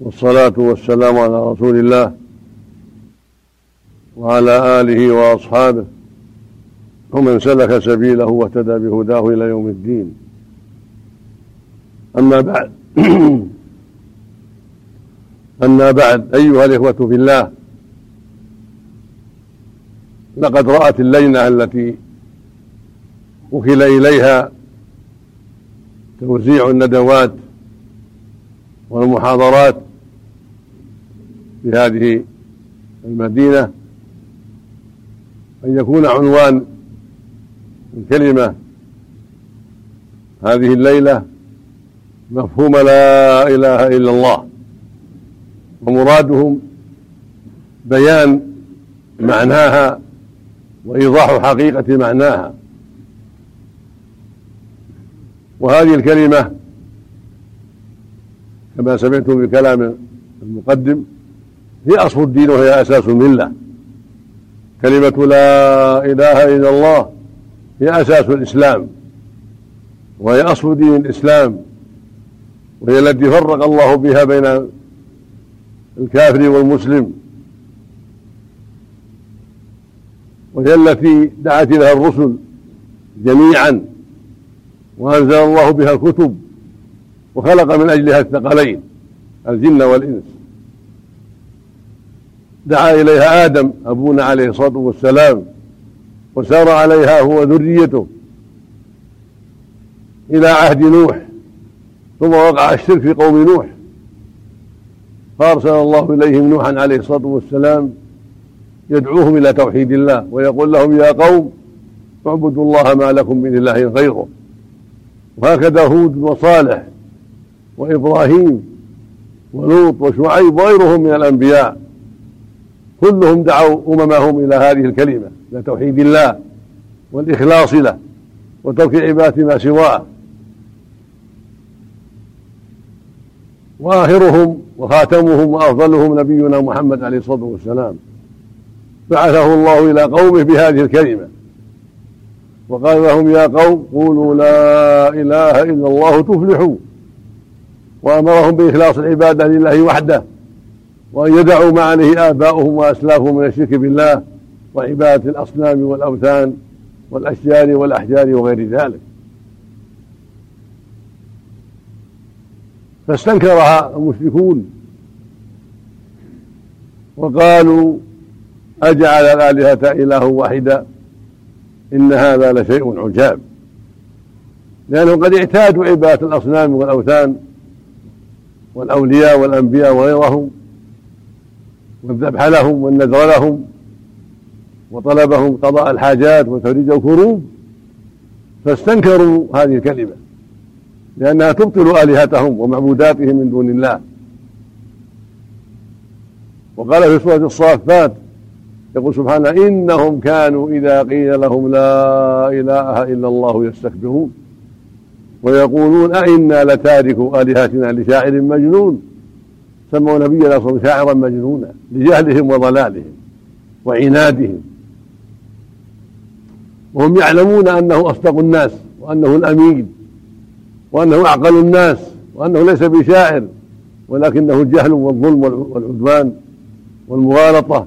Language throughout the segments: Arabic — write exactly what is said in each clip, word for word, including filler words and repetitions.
والصلاة والسلام على رسول الله وعلى آله وأصحابه ومن سلك سبيله واهتدى بهداه إلى يوم الدين. أما بعد أما بعد أيها الإخوة في الله، لقد رأت اللجنة التي وكل إليها توزيع الندوات والمحاضرات في هذه المدينة أن يكون عنوان الكلمة هذه الليلة مفهوم لا إله إلا الله، ومرادهم بيان معناها وإيضاح حقيقة معناها. وهذه الكلمة كما سمعتم بكلام المقدم هي أصل الدين وهي أساس الملة. كلمة لا إله إلا الله هي أساس الإسلام وهي أصل دين الإسلام، وهي التي فرق الله بها بين الكافر والمسلم، وهي التي دعت لها الرسل جميعا وأنزل الله بها الكتب وخلق من أجلها الثقلين الجن والإنس. دعا إليها آدم أبونا عليه الصلاة والسلام وسار عليها هو ذريته إلى عهد نوح، ثم وقع الشرك في قوم نوح فأرسل الله إليهم نوحا عليه الصلاة والسلام يدعوهم إلى توحيد الله ويقول لهم يا قوم اعبدوا الله ما لكم من إله غيره. وهكذا هود وصالح وإبراهيم ولوط وشعيب وغيرهم من الأنبياء كلهم دعوا أممهم إلى هذه الكلمة، إلى توحيد الله والإخلاص له وترك عبادة ما سواه. وآخرهم وخاتمهم وأفضلهم نبينا محمد عليه الصلاة والسلام بعثه الله إلى قومه بهذه الكلمة وقال لهم يا قوم قولوا لا إله إلا الله تفلحوا، وأمرهم بإخلاص العبادة لله وحده وأن يدعوا ما عليه آباؤهم وأسلافهم من الشرك بالله وعبادة الأصنام والأوثان والأشجار والأحجار وغير ذلك. فاستنكرها المشركون وقالوا أجعل الآلهة إله واحدا إن هذا لشيء عجاب، لأنهم قد اعتادوا عبادة الأصنام والأوثان والأولياء والأنبياء وغيرهم والذبح لهم والنذر لهم وطلبهم قضاء الحاجات وتفريج الكروب، فاستنكروا هذه الكلمة لأنها تبطل آلهتهم ومعبوداتهم من دون الله. وقال في سورة الصافات يقول سبحانه إنهم كانوا إذا قيل لهم لا إله إلا الله يستكبرون ويقولون أئنا لتاركوا آلهتنا لشاعر مجنون. سموا نبينا صلى شاعرا مجنونا لجهلهم وضلالهم وعنادهم، وهم يعلمون أنه أصدق الناس وأنه الأمين وأنه أعقل الناس وأنه ليس بشاعر، ولكنه الجهل والظلم والعدوان والمغالطة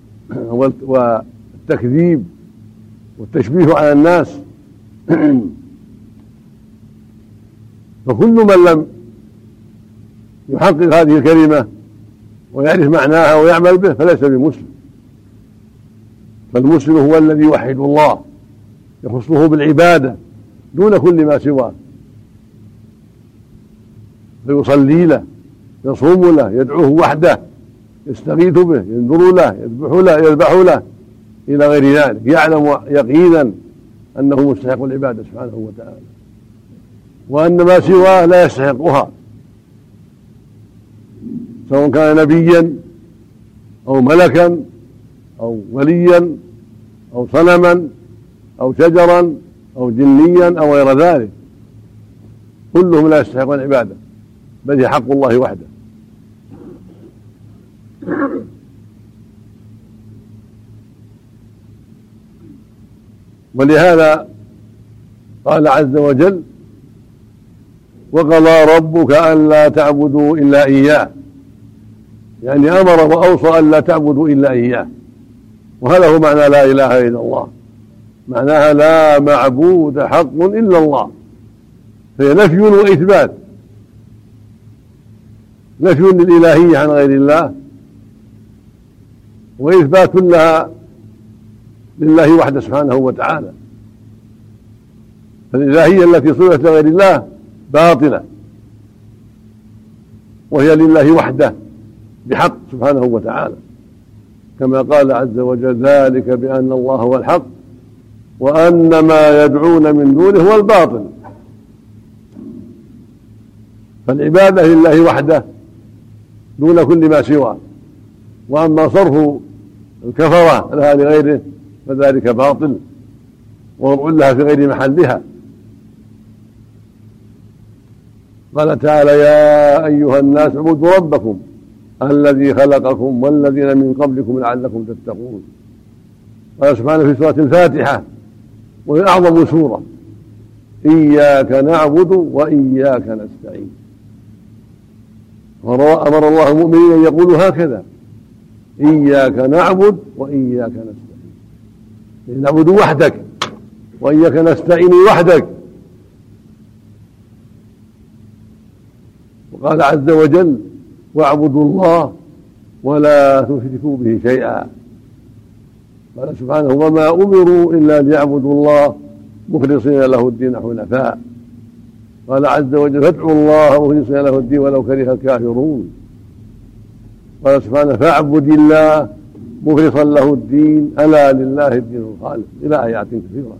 والتكذيب والتشبيه على الناس. فكل من لم يحقق هذه الكلمة ويعرف معناها ويعمل به فليس بمسلم. فالمسلم هو الذي يوحد الله يخصه بالعبادة دون كل ما سواه، فيصلي له يصوم له يدعوه وحده يستغيث به ينذر له يذبح له يذبح له إلى غير ذلك، يعلم يقينا أنه مستحق العبادة سبحانه وتعالى وأن ما سواه لا يستحقها، سواء كان نبيا أو ملكا أو وليا أو صنما أو شجرا أو جنيا أو غير ذلك، كلهم لا يستحقون العبادة بل هي حق الله وحده. ولهذا قال عز وجل وقضى ربك ألا تعبدوا إلا إياه يعني أمر وأوصى أن لا تعبدوا إلا إياه، وهذا هو معنى لا إله إلا الله، معناها لا معبود حق إلا الله، فهي نفي وإثبات، نفي للإلهية عن غير الله، وإثبات لها لله وحده سبحانه وتعالى. فالإلهية التي صرفت لغير الله باطلة، وهي لله وحده بحق سبحانه وتعالى، كما قال عز وجل: ذلك بأن الله هو الحق وأن ما يدعون من دونه هو الباطل. فالعبادة لله وحده دون كل ما سواه، وأما صرف الكفرة لها لغيره فذلك باطل ووضع لها في غير محلها. قال تعالى: يا أيها الناس اعبدوا ربكم الذي خلقكم والذين من قبلكم لعلكم تتقون. قال سبحانه في سورة الفاتحة وهي أعظم سورة: إياك نعبد وإياك نستعين. أمر الله المؤمنين أن يقولوا هكذا: إياك نعبد وإياك نستعين، نعبد وحدك وإياك نستعين وحدك. وقال عز وجل: واعبدوا الله ولا تشركوا به شيئا. قال سبحانه: وما أمروا إلا ليعبدوا الله مخلصين له الدين حنفاء. قال عز وجل: فادعوا الله مخلصين له الدين ولو كره الكافرون. قال سبحانه: فاعبد الله مخلصا له الدين ألا لله الدين الخالص، إلى آيات كثيرة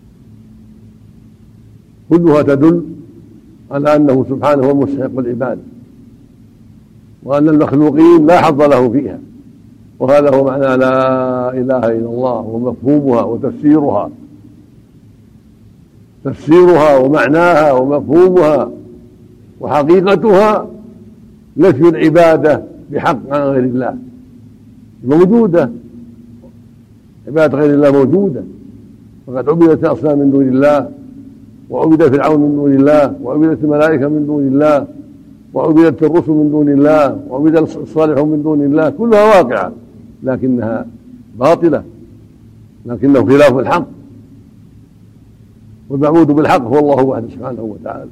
كلها تدل على أنه سبحانه هو مستحق العبادة، وأن المخلوقين لا حظ له فيها. وهذا هو معنى لا إله إلا الله ومفهومها وتفسيرها، تفسيرها ومعناها ومفهومها وحقيقتها نفي العبادة بحق عن غير الله. موجودة عبادة غير الله موجودة، فقد عبدت الأصنام من دون الله، وعبد فرعون من دون الله، وعبدت الملائكة من دون الله، وعبدت الرسل من دون الله، وعبد الصالحون من دون الله، كلها واقعة لكنها باطلة، لكنه خلاف الحق. والمعبود بالحق هو الله وحده سبحانه وتعالى.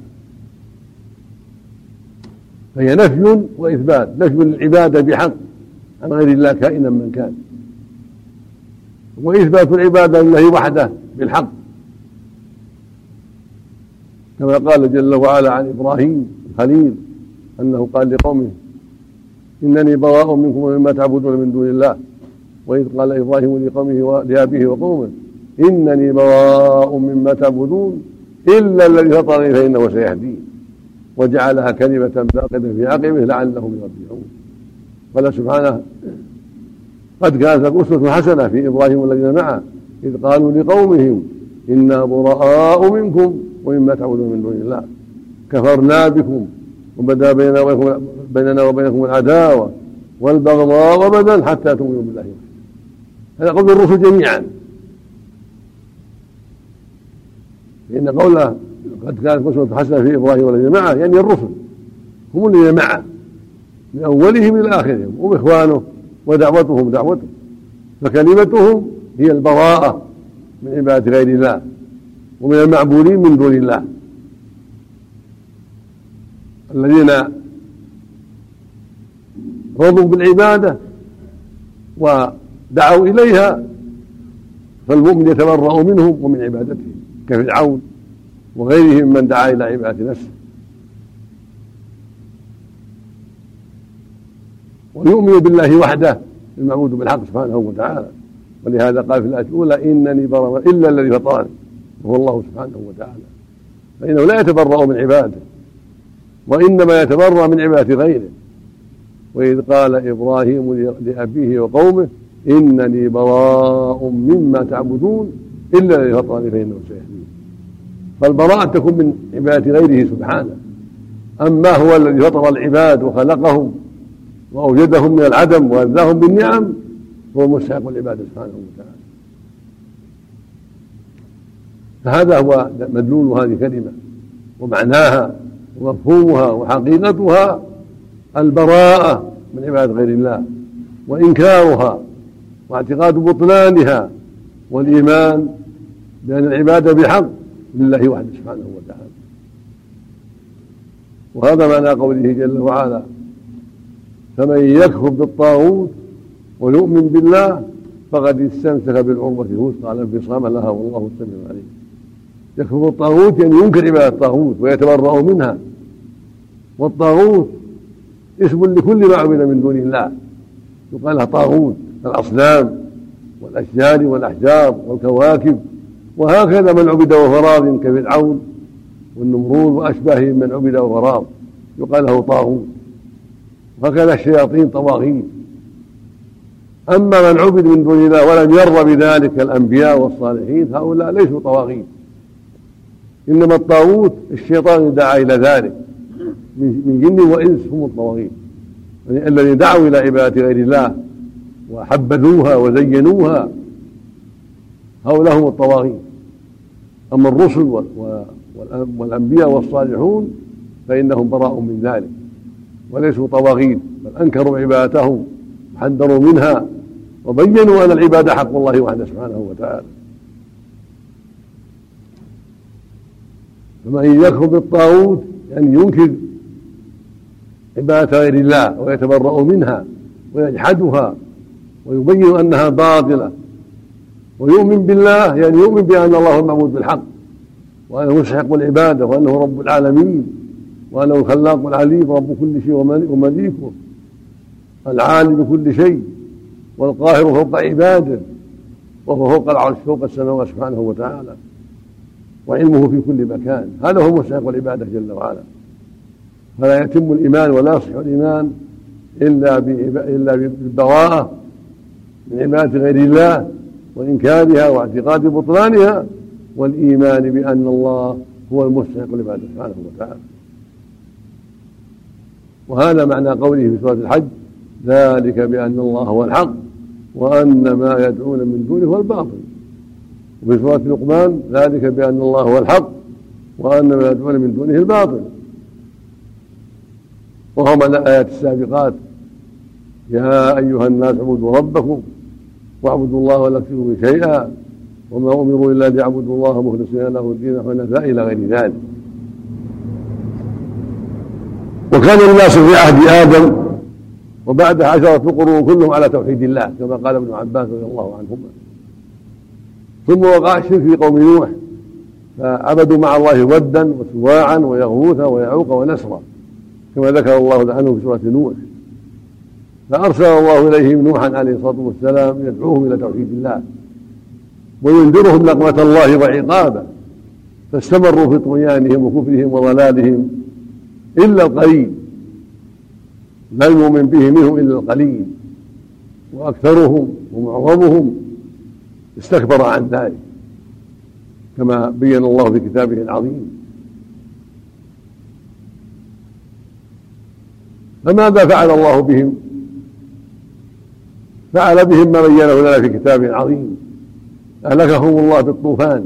فهي نفي وإثبات، نفي العبادة بحق عن غير الله كائنا من كان، وإثبات العبادة لله وحده بالحق، كما قال جل وعلا عن إبراهيم الخليل أنه قال لقومه: إنني براء منكم ومما تعبدون من دون الله. وإذ قال إبراهيم لقومه ولأبيه وقومه: إنني براء مما تعبدون إلا الذي فطرني فإنه سيهدين، وجعلها كلمة باقية في عقبه لعلهم يرجعون. قال سبحانه: قد كانت لكم أسوة حسنة في إبراهيم والذين معه إذ قالوا لقومهم إنا براء منكم ومما تعبدون من دون الله كفرنا بكم وبدا بيننا وبينكم العداوة والبغضاء وبدا حتى تؤمنوا بالله. هذا قول الرسل جميعا، لأن قوله قد كانت أسوة حسنة في إبراهيم والذين معه يعني الرسل هم الذين معه من أولهم إلى آخرهم، هم إخوانه ودعوتهم دعوته، فكلمتهم هي البراءة من عبادة غير الله ومن المعبودين من دون الله الذين رضوا بالعبادة ودعوا إليها، فالمؤمن يتبرأ منهم ومن عبادتهم كفرعون وغيرهم من دعا إلى عبادة نفسه. ويؤمن بالله وحده المعبود بالحق سبحانه وتعالى، ولهذا قال في الآية الأولى: إنني براء إلا الذي فطرني وهو الله سبحانه وتعالى، فإنه لا يتبرأ من عباده وإنما يتبرأ من عبادة غيره. وإذ قال إبراهيم لأبيه وقومه: إنني براء مما تعبدون إلا الذي فطرني فإنه سيهدين. فالبراءة تكون من عبادة غيره سبحانه، أما هو الذي فطر العباد وخلقهم وأوجدهم من العدم وأذاهم بالنعم هو مستحق العبادة سبحانه وتعالى. فهذا هو مدلول هذه الكلمة ومعناها ومفهومها وحقيقتها: البراءة من عبادة غير الله وإنكارها واعتقاد بطلانها والإيمان بأن العبادة بحق لله وحده سبحانه وتعالى. وهذا معنى قوله جل وعلا: فمن يكفر بالطاغوت ويؤمن بالله فقد استمسك بالعروة الوثقى لا انفصام لها والله السميع العليم. يكفر بالطاغوت يعني ينكر عبادة الطاغوت ويتبرأ منها، والطاغوت اسم لكل ما عبد من دون الله، يقال لها طاغوت الأصنام والأشجار والأحجار والكواكب، وهكذا من عبد وفراض كفرعون والنمرود وأشباههم من عبد وفراض يقال له طاغوت، وهكذا الشياطين طواغيت. أما من عبد من دون الله ولم يرضى بذلك الأنبياء والصالحين هؤلاء ليسوا طواغيت، إنما الطاغوت الشيطان دعا إلى ذلك من جن وإنس هم الطواغيت، يعني الذين دعوا إلى عبادة غير الله وحبذوها وزينوها هؤلاء هم الطواغيت. أما الرسل والأنبياء والصالحون فإنهم براء من ذلك وليسوا طواغيت، بل أنكروا عبادتهم وحذروا منها وبينوا أن العبادة حق الله وحده سبحانه وتعالى. فمن يكفر بالطاغوت يعني ينكر عبادة غير الله ويتبرأ منها ويجحدها ويبين أنها باطلة، ويؤمن بالله يعني يؤمن بأن الله المعبود بالحق وأنه مستحق العبادة وأنه رب العالمين وأنه الخلاق العليم رب كل شيء ومليكه العالم بكل شيء والقاهر فوق عباده وهو فوق العرش فوق السماوات سبحانه وتعالى وعلمه في كل مكان. هذا هو مستحق العبادة جل وعلا. فلا يتم الإيمان ولا يصح الإيمان إلا إلا بالبراءة من عبادة غير الله وإنكارها واعتقاد بطلانها والإيمان بأن الله هو المستحق للعبادة سبحانه وتعالى. وهذا معنى قوله في سورة الحج: ذلك بأن الله هو الحق وأن ما يدعون من دونه هو الباطل. وفي سورة لقمان: ذلك بأن الله هو الحق وأن ما يدعون من دونه الباطل. وهو من الآيات السابقات: يا أيها الناس اعبدوا ربكم واعبدوا الله ولا تشركوا به شيئا وما أمروا إلا ليعبدوا الله مخلصين له الدين حنفاء إلى غير ذلك. وكان الناس في عهد آدم وبعد عشرة قرون كلهم على توحيد الله كما قال ابن عباس رضي الله عنهما. ثم وقع الشرك في قوم نوح فعبدوا مع الله ودا وسواعا ويغوث ويعوق ونسرا كما ذكر الله عنه في سورة نوح. فأرسل الله إليهم نوحا عليه الصلاة والسلام يدعوهم إلى توحيد الله وينذرهم نقمة الله وعقابه، فاستمروا في طغيانهم وكفرهم وضلالهم إلا القليل، لا يؤمن به منهم إلا القليل، وأكثرهم ومعظمهم استكبر عن ذلك كما بين الله في كتابه العظيم. فماذا فعل الله بهم؟ فعل بهم ما بينه لنا في كتابه العظيم: أهلكهم الله بالطوفان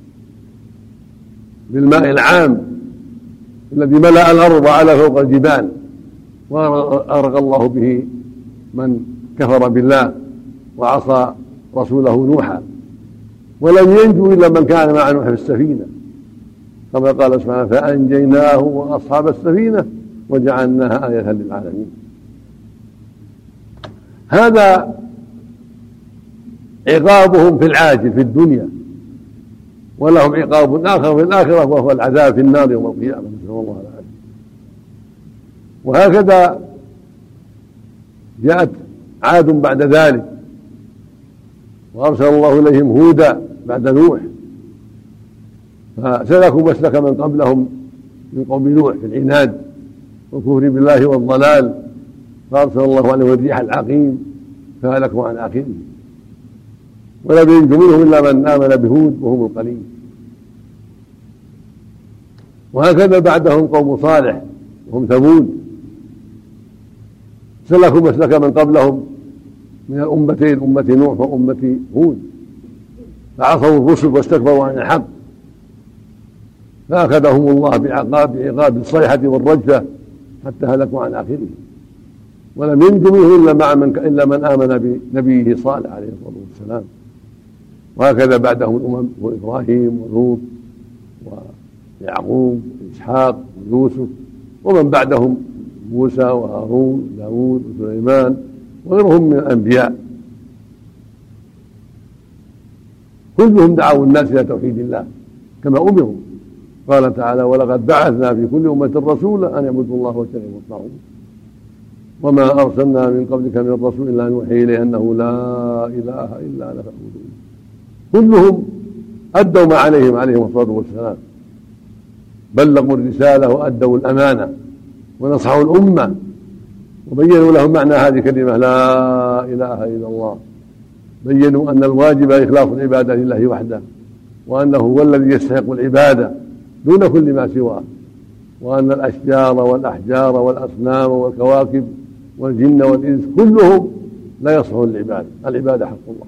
بالماء العام الذي ملأ الأرض على فوق الجبال، وأغرق الله به من كفر بالله وعصى رسوله نوحا، ولم ينجو إلا من كان مع نوح في السفينة كما قال سبحانه: فأنجيناه وأصحاب السفينة وجعلناها آية للعالمين. هذا عقابهم في العاجل في الدنيا، ولهم عقاب آخر في الآخرة وهو العذاب في النار يوم القيامة، نسأل الله العافية. وهكذا جاءت عاد بعد ذلك وأرسل الله إليهم هودا بعد نوح، فسلكوا مسلك من قبلهم من قوم نوح في العناد والكفر بالله والضلال، فأرسل الله عليهم الريح العقيم فهلكوا عن آخره، ولم ينج منهم إلا من آمن بهود وهم القليل. وهكذا بعدهم قوم صالح وهم ثمود، سلكوا مسلك من قبلهم من الأمتين أمة نوح وأمة هود، فعصوا الرسل واستكبروا عن الحق فأخذهم الله بعقاب بعقاب الصيحة والرجفة حتى هلكوا عن آخره. ولم ينج منهم إلا, مع من إلا من آمن بنبيه صالح عليه الصلاة والسلام. وهكذا بعدهم الأمم وإبراهيم ولوط ويعقوب وإسحاق ويوسف ومن بعدهم موسى وهارون وداود وسليمان وغيرهم من الأنبياء، كلهم دعوا الناس إلى توحيد الله كما أمروا. قال تعالى: ولقد بعثنا في كل أمة رسولا أن يعبدوا الله واجتنبوا الطاغوت وما أرسلنا من قبلك من رسول إلا نوحي إليه أنه لا إله إلا أنا فاعبدون. كلهم أدوا ما عليهم عليهم الصلاة والسلام، بلغوا الرسالة وأدوا الأمانة ونصحوا الأمة وبينوا لهم معنى هذه الكلمة لا إله إلا الله. بينوا أن الواجب إخلاص العبادة لله وحده، وأنه هو الذي يستحق العبادة دون كل ما سواه، وأن الأشجار والأحجار والأصنام والكواكب والجن والإنس كلهم لا يصلحون العبادة، العبادة حق الله.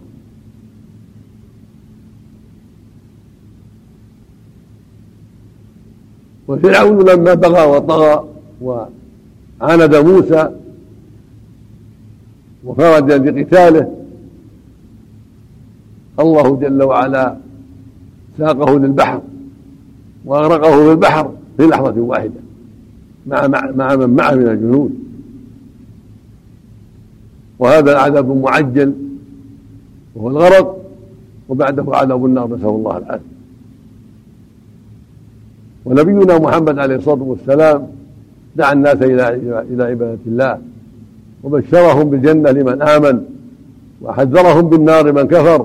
وفرعون لما بغى وطغى وعاند موسى وخرج لقتاله، الله جل وعلا ساقه للبحر وأغرقه في البحر في لحظة واحدة مع, مع من معه من الجنود. وهذا العذاب معجل وهو الغرق، وبعده عذاب النار، نسأل الله العافية. ونبينا محمد عليه الصلاة والسلام دعا الناس إلى عبادة الله وبشرهم بالجنة لمن آمن وحذرهم بالنار من كفر،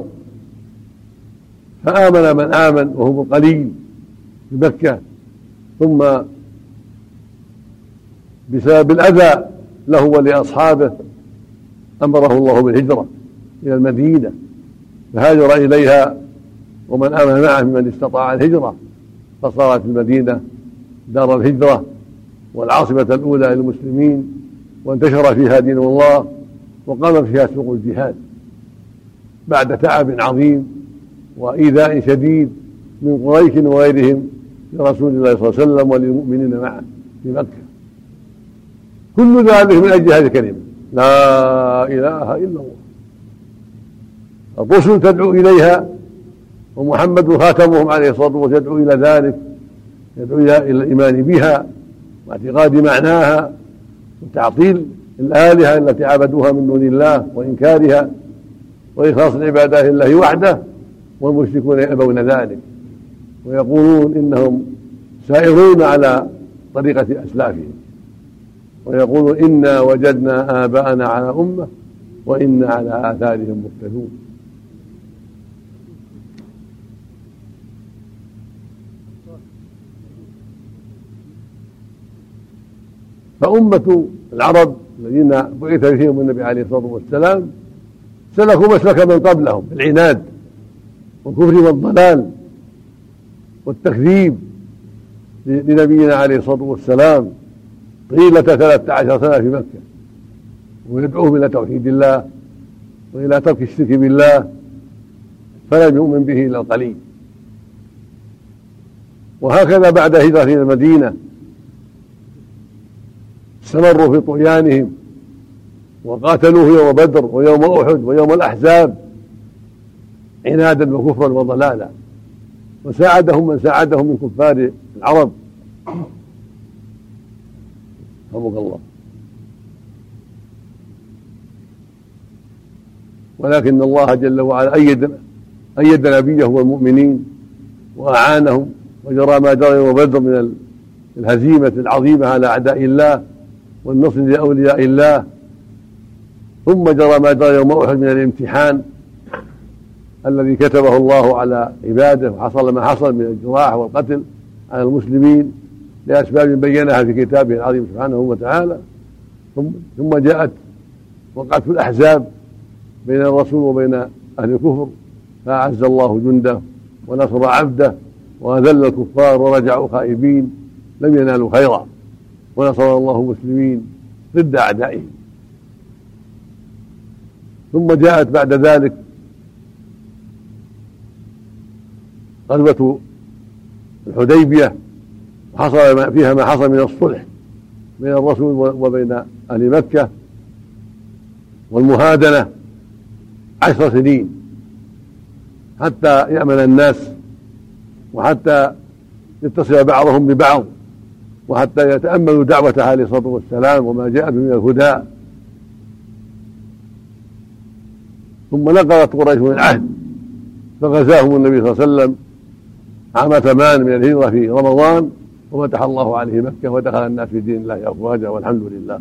فآمن من آمن وهم القليل بمكة، ثم بسبب الأذى له ولأصحابه أمره الله بالهجرة إلى المدينة، فهاجر إليها ومن آمن معه ممن استطاع الهجرة، فصارت المدينة دار الهجرة والعاصمة الأولى للمسلمين، وانتشر فيها دين الله وقام فيها سوق الجهاد بعد تعب عظيم وإيذاء شديد من قريش وغيرهم لرسول الله صلى الله عليه وسلم وللمؤمنين معه في مكة. كل ذلك من أجل هذه الكلمة لا إله إلا الله. الرسل تدعو إليها، ومحمد خاتمهم عليه الصلاة والسلام يدعو إلى ذلك، يدعو إلى الإيمان بها واعتقاد معناها وتعطيل الآلهة التي عبدوها من دون الله وإنكارها وإخلاص العبادة لله وحده، والمشركون يأبون ذلك ويقولون إنهم سائرون على طريقة أسلافهم، ويقولون إنا وجدنا آباءنا على أمة وإنا على آثارهم مقتدون. فأمة العرب الذين بعث فيهم النبي عليه الصلاة والسلام سلكوا مسلك من قبلهم بالعناد والكفر والضلال والتكذيب لنبينا عليه الصلاة والسلام طيلة ثلاثة عشر سنة في مكة، ويدعوهم إلى توحيد الله وإلى ترك الشرك بالله، فلم يؤمن به إلا القليل. وهكذا بعد هجرة إلى المدينة استمروا في طغيانهم وقاتلوه يوم بدر ويوم أحد ويوم الأحزاب عنادا وكفرا وضلالا، وساعدهم من ساعدهم من كفار العرب. رحمك الله. ولكن الله جل وعلا أيد أيد نبيه والمؤمنين وأعانهم، وجرى ما جرى يوم بدر من الهزيمة العظيمة على أعداء الله والنصر لأولياء الله، ثم جرى ما جرى يوم أحد من الامتحان الذي كتبه الله على عباده، وحصل ما حصل من الجراح والقتل على المسلمين لأسباب بينها في كتابه العظيم سبحانه وتعالى. ثم جاءت وقعت الأحزاب بين الرسول وبين أهل الكفر، فأعز الله جنده ونصر عبده وأذل الكفار ورجعوا خائبين لم ينالوا خيرا، ونصر الله المسلمين ضد أعدائهم. ثم جاءت بعد ذلك غزوة الحديبية وحصل فيها ما حصل من الصلح بين الرسول وبين أهل مكة والمهادنة عشر سنين حتى يأمن الناس، وحتى يتصل بعضهم ببعض، وحتى يتأملوا دعوته عليه الصلاة والسلام وما جاء به من الهدى. ثم نقضت قريش العهد فغزاهم النبي صلى الله عليه وسلم عام ثمان من الهجرة في رمضان، وفتح الله عليه مكة ودخل الناس في دين الله أفواجا، والحمد لله.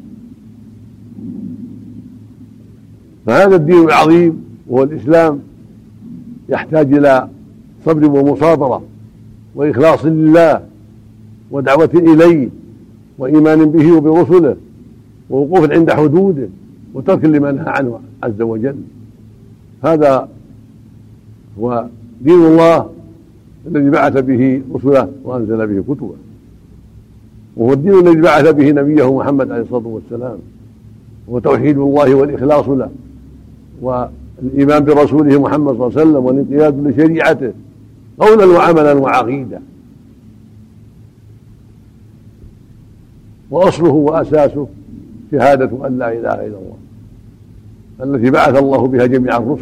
فهذا الدين العظيم وهو الإسلام يحتاج إلى صبر ومصابرة وإخلاص لله ودعوة إليه وإيمان به وبرسله ووقوف عند حدوده وترك لما نهى عنه عز وجل. هذا هو دين الله الذي بعث به رسله وأنزل به كتبه، وهو الدين الذي بعث به نبيه محمد عليه الصلاة والسلام، وهو توحيد الله والإخلاص له والإيمان برسوله محمد صلى الله عليه وسلم والانقياد لشريعته قولا وعملا وعقيدة. وأصله وأساسه شهادة أن لا إله إلا الله التي بعث الله بها جميع الرسل،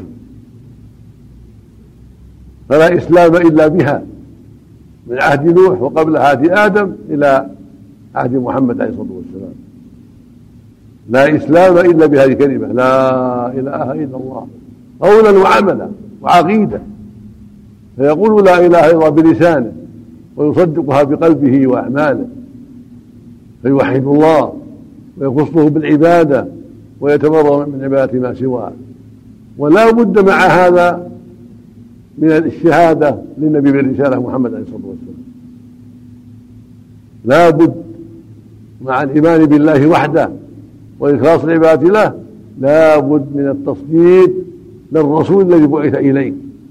فلا إسلام إلا بها من عهد نوح وقبل عهد آدم إلى عهد محمد عليه الصلاة والسلام. لا إسلام إلا بهذه الكلمة لا إله إلا الله قولا وعملا وعقيدة، فيقول لا إله إلا الله بلسانه ويصدقها بقلبه وأعماله، فيوحد الله ويخصه بالعبادة ويتبرأ من عبادة ما سواه. ولا بد مع هذا من الشهادة للنبي بالرسالة محمد عليه الصلاة والسلام، لا بد مع الإيمان بالله وحده وإخلاص العبادة له، لا بد من التصديق للرسول الذي بعث إليه.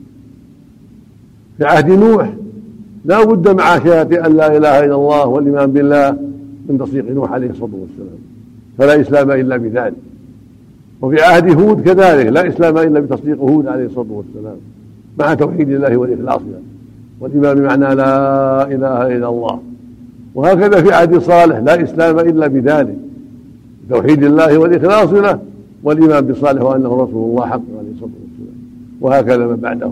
في عهد نوح لا بد مع شهادة أن لا إله إلا الله والإيمان بالله من تصديق نوح عليه الصلاة والسلام، فلا إسلام إلا بذلك. وفي عهد هود كذلك لا إسلام إلا بتصديق هود عليه الصلاة والسلام مع توحيد الله والإخلاص له والإيمان بمعنى لا إله إلا الله. وهكذا في عهد صالح لا إسلام إلا بذلك، توحيد الله والإخلاص له والإيمان بصالح وأنه رسول الله حق عليه الصلاة والسلام. وهكذا من بعده،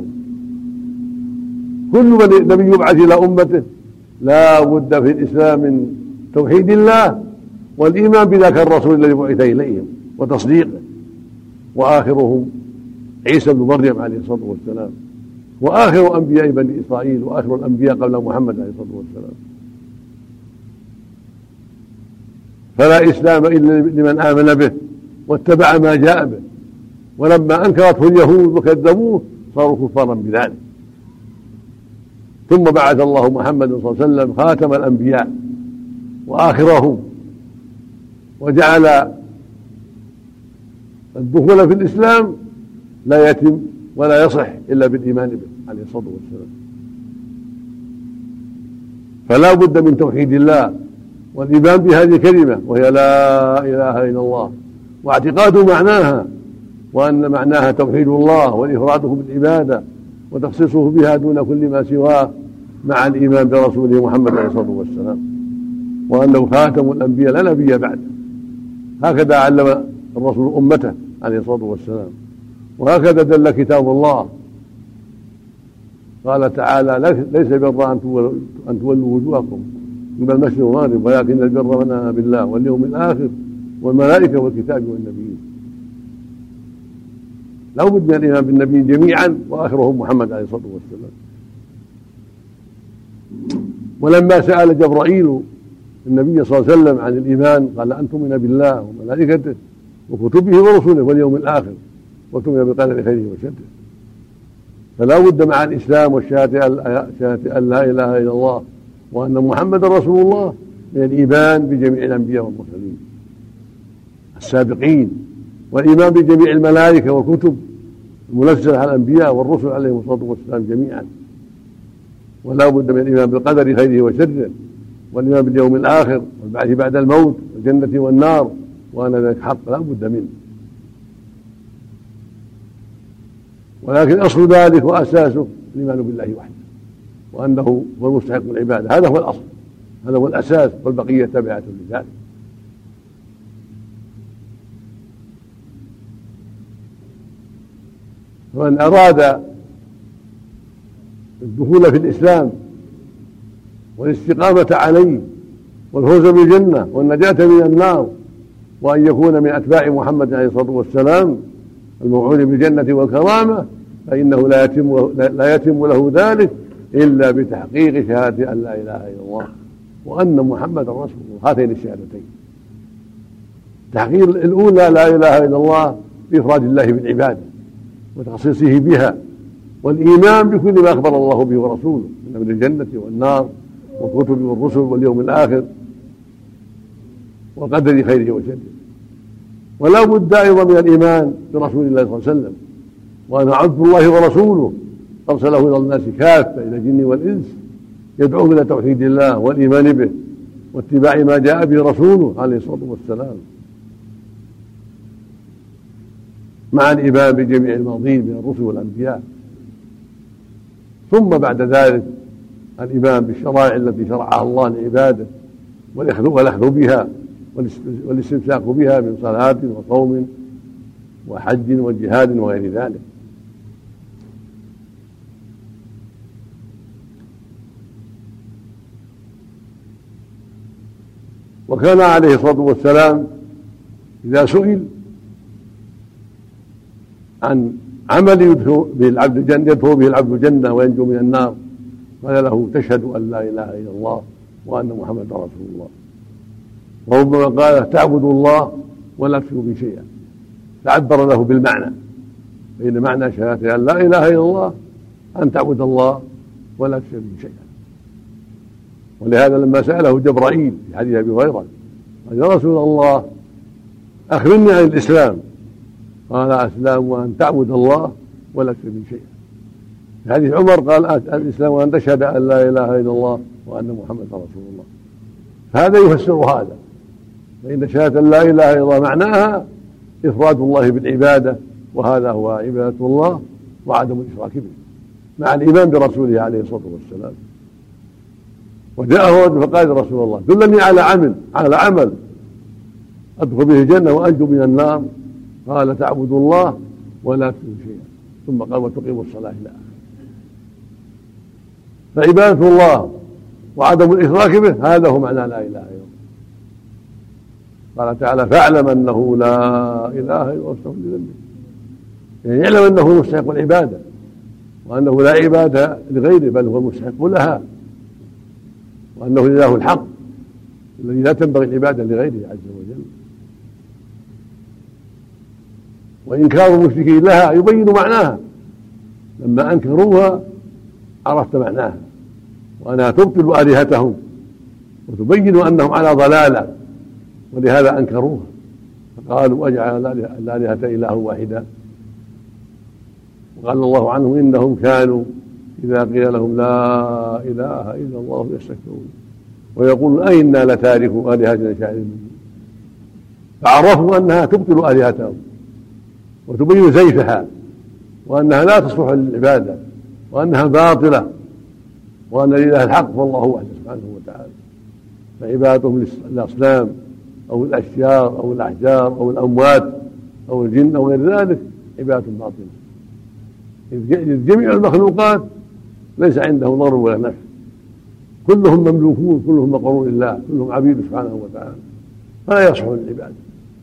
كل نبي يبعث إلى أمته لا بد في الإسلام من توحيد الله والإيمان بذاك الرسول الذي بعث إليهم وتصديقه. وآخرهم عيسى بن مريم عليه الصلاة والسلام، وآخر أنبياء بني إسرائيل وآخر الأنبياء قبل محمد عليه الصلاة والسلام. فلا إسلام إلا لمن آمن به واتبع ما جاء به، ولما أنكرته اليهود وكذبوه صاروا كفارا بذلك. ثم بعث الله محمد صلى الله عليه وسلم خاتم الأنبياء وآخرهم، وجعل الدخول في الإسلام لا يتم ولا يصح إلا بالإيمان به عليه الصلاة والسلام. فلا بد من توحيد الله والإيمان بهذه الكلمة وهي لا إله إلا الله، واعتقاد معناها، وأن معناها توحيد الله والإفراده بالعبادة وتخصيصه بها دون كل ما سواه، مع الإيمان برسوله محمد عليه الصلاة والسلام، وأنه خاتم الأنبياء لا نبي بعده. هكذا علم الرسول أمته عليه الصلاة والسلام، وهكذا دل كتاب الله. قال تعالى ليس البر أن تولوا وجوهكم قبل المشرق والمغرب ولكن البر من آمن بالله واليوم الآخر والملائكة والكتاب والنبيين. لا بد من الإيمان بالنبي جميعا وآخرهم محمد عليه الصلاة والسلام. ولما سأل جبرائيل النبي صلى الله عليه وسلم عن الإيمان قال أن تؤمن بالله وملائكته وكتبه ورسله واليوم الآخر وتؤمن بالقدر خيره وشره. فلا بد مع الإسلام والشهادة أن لا إله إلا الله وأن محمد رسول الله من الإيمان بجميع الأنبياء والمرسلين السابقين، والإيمان بجميع الملائكة والكتب المنزلة على الأنبياء والرسل عليهم الصلاة والسلام جميعا. ولا بد من الإيمان بالقدر خيره وشره، والإيمان باليوم الآخر والبعث بعد الموت والجنة والنار، وأن ذلك حق لا بد منه. ولكن أصل ذلك وأساسه الإيمان بالله وحده وأنه هو المستحق العبادة، هذا هو الأصل، هذا هو الأساس، والبقية تابعة لذلك. فمن أراد الدخول في الإسلام والاستقامة عليه والفوز بالجنة والنجاة من النار وأن يكون من أتباع محمد عليه الصلاة والسلام الموعود بالجنة والكرامة، فإنه لا يتم, لا يتم له ذلك إلا بتحقيق شهادة أن لا إله إلا الله وأن محمد رسول الله، هاتين الشهادتين. تحقيق الأولى لا إله إلا الله بإفراد الله بالعبادة وتخصيصه بها، والإيمان بكل ما أخبر الله به ورسوله من أمر الجنة والنار والكتب والرسل واليوم الآخر وقدر خيره وشره. ولا بد أيضا من الإيمان برسول الله صلى الله عليه وسلم وأن عبد الله ورسوله أرسله إلى الناس كافة إلى الجن والإنس يدعوهم إلى توحيد الله والإيمان به واتباع ما جاء به رسوله عليه الصلاة والسلام، مع الإيمان بجميع الماضين من الرسل والأنبياء. ثم بعد ذلك الإيمان بالشرائع التي شرعها الله لعباده والأخذ بها والاستمساك بها من صلاة وصوم وحج وجهاد وغير ذلك. وكان عليه الصلاة والسلام إذا سئل عن عمل يدخل به العبد الجنة يدخل به العبد الجنة وينجو من النار قال له تشهد أن لا إله إلا الله وأن محمد رسول الله. وربما قال تعبد الله ولا تشرك به شيئا، تعبر له بالمعنى، فإن معنى شهادة أن لا إله إلا الله أن تعبد الله ولا تشرك به شيئا. ولهذا لما سأله جبرائيل في حديث أبي هريرة قال يا رسول الله أخبرني عن الإسلام، قال الإسلام أن تعبد الله ولا تشرك به شيئا. في حديث عمر قال الإسلام أن تشهد أن لا إله إلا الله وأن محمد رسول الله. هذا يفسر هذا، فإن شهادة لا إله إلا الله معناها إفراد الله بالعبادة، وهذا هو عبادة الله وعدم الإشراك به، مع الإيمان برسوله عليه الصلاة والسلام. وجاءه رجل فقال رسول الله دلني على عمل على عمل أدخل به الجنة وأنجو من النار، قال تعبد الله ولا تشرك شيئا، ثم قال وتقيم الصلاة إلى آخره. فعبادة الله وعدم الإشراك به هذا هو معنى لا إله إلا الله. قال تعالى فاعلم أنه لا إله إلا الله واستغفر لذنبه، يعني يعلم أنه مستحق العبادة وأنه لا عبادة لغيره بل هو المستحق لها، وأنه الإله الحق الذي لا تنبغي العبادة لغيره عز وجل. وإنكار المشركين لها يبين معناها، لما أنكروها عرفت معناها وأنها تبطل آلهتهم وتبين أنهم على ضلالة، ولهذا أنكروها فقالوا أجعل الآلهة إله واحدا. وقال الله عنهم إنهم كانوا إذا قيل لهم لا إله إلا الله يستكبرون ويقولون أئنا لتاركوا آلهتنا لشاعر مجنون. فعرفوا أنها تبطل آلهتهم وتبين زيفها وأنها لا تصلح للعبادة وأنها باطلة وأن الإله الحق فالله وحده سبحانه وتعالى. فعبادتهم الأصنام أو الأشجار أو الأحجار أو الأموات أو الجن أو غير ذلك عبادة باطلة، إذ جميع المخلوقات ليس عندهم ضر ولا نفع، كلهم مملوكون كلهم مقرون لله كلهم عبيد سبحانه وتعالى، فلا يصلحون للعبادة.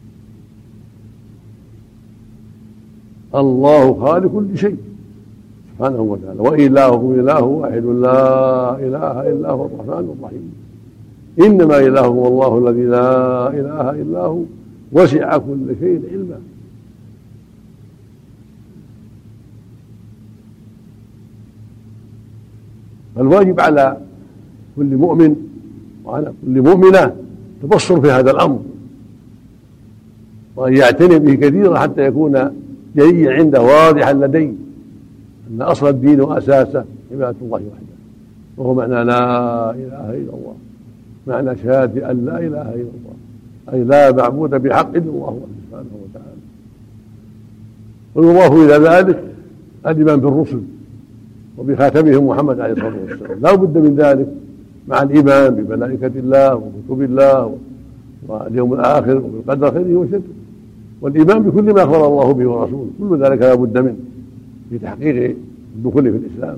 الله خالق كل شيء سبحانه وتعالى، وإلهكم إله واحد لا إله إلا هو الرحمن الرحيم. إنما إلهكم الله الذي لا إله إلا هو وسع كل شيء علما. فالواجب على كل مؤمن وعلى كل مؤمنة تبصر في هذا الأمر وأن يعتني به كثيرا حتى يكون جليا عنده واضحا لديه أن أصل الدين وأساسه عبادة الله وحده، وهو معنى لا إله إلا الله، معنى شهادة أن لا إله إلا الله أي لا معبود بحق إلا الله سبحانه وتعالى. والمضاف إلى ذلك الإيمان بالرسل وبخاتمهم محمد عليه الصلاة والسلام، لا بد من ذلك مع الإيمان بملائكة الله وكتب الله واليوم الآخر وبالقدر خيره وشره، والإيمان بكل ما أخبر الله به ورسوله، كل ذلك لا بد منه. في تحقيق الدخول في الإسلام.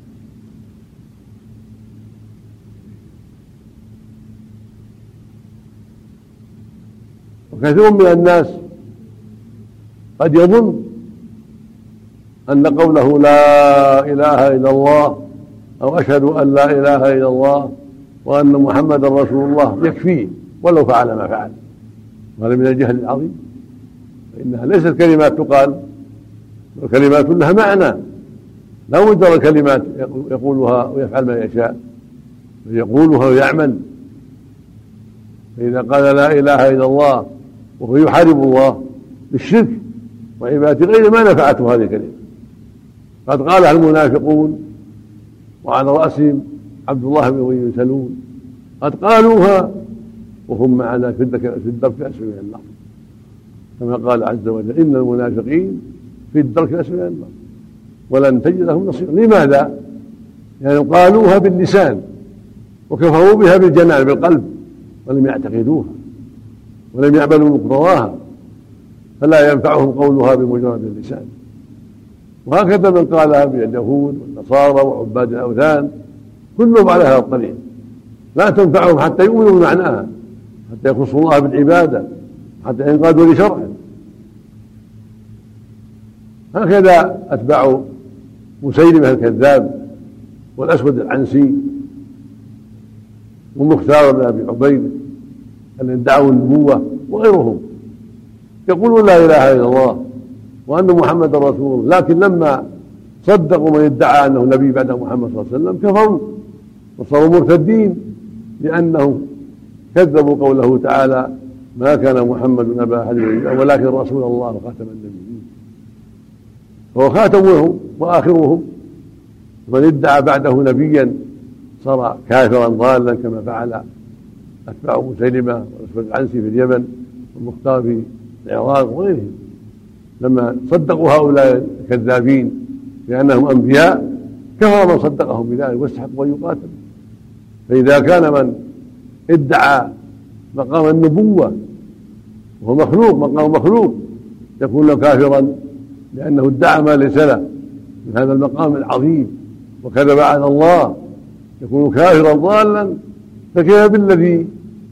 وكثير من الناس قد يظن أن قوله لا إله إلا الله أو أشهد أن لا إله إلا الله وأن محمدا رسول الله يكفيه ولو فعل ما فعل، وهذا من الجهل العظيم، فإنها ليست كلمات تقال، والكلمات لها معنى، لا مجرد كلمات يقولها ويفعل ما يشاء، يقولها ويعمل. فإذا قال لا إله إلا الله وهو يحارب الله بالشرك وعبادة غيره ما نفعته هذه الكلمة. قد قالها المنافقون وعلى رأسهم عبد الله بن أبي بن سلول، قد قالوها وهم معنا في الدرك الأسفل من النار، كما قال عز وجل إن المنافقين في الدرك الأسفل من النار ولن تجد لهم نصيرا. لماذا؟ يعني قالوها باللسان وكفروا بها بالجنان بالقلب ولم يعتقدوها ولم يعملوا مقتضاها، فلا ينفعهم قولها بمجرد اللسان. وهكذا من قالها باليهود والنصارى وعباد الأوثان كلهم على هذا الطريق، لا تنفعهم حتى يؤمنوا بمعناها، حتى يخصوا الله بالعبادة، حتى ينقادوا لشرعه. هكذا أتباع مسيلمة الكذاب والأسود العنسي ومختار بن أبي عبيد الذين ادعوا النبوة وغيرهم يقولون لا إله إلا الله وأن محمد رسول الله، لكن لما صدقوا من ادعى أنه نبي بعد محمد صلى الله عليه وسلم كفروا وصاروا مرتدين، لأنهم كذبوا قوله تعالى ما كان محمد أبا أحد ولكن رسول الله وخاتم النبيين، فهو خاتمهم وآخرهم، من ادعى بعده نبيا صار كافرا ضالا كما فعل أتباع مسيلمة والأسود العنسي في اليمن والمختار في العراق وغيرهم، لما صدقوا هؤلاء الكذابين بأنهم أنبياء كفر من صدقهم بذلك واستحقوا أن يقاتلوا. فإذا كان من ادعى مقام النبوة وهو مخلوق مقام مخلوق يكون له كافرا لأنه ادعى ما ليس له من هذا المقام العظيم وكذب على الله، يكون كافرا ضالا، فكيف بالذي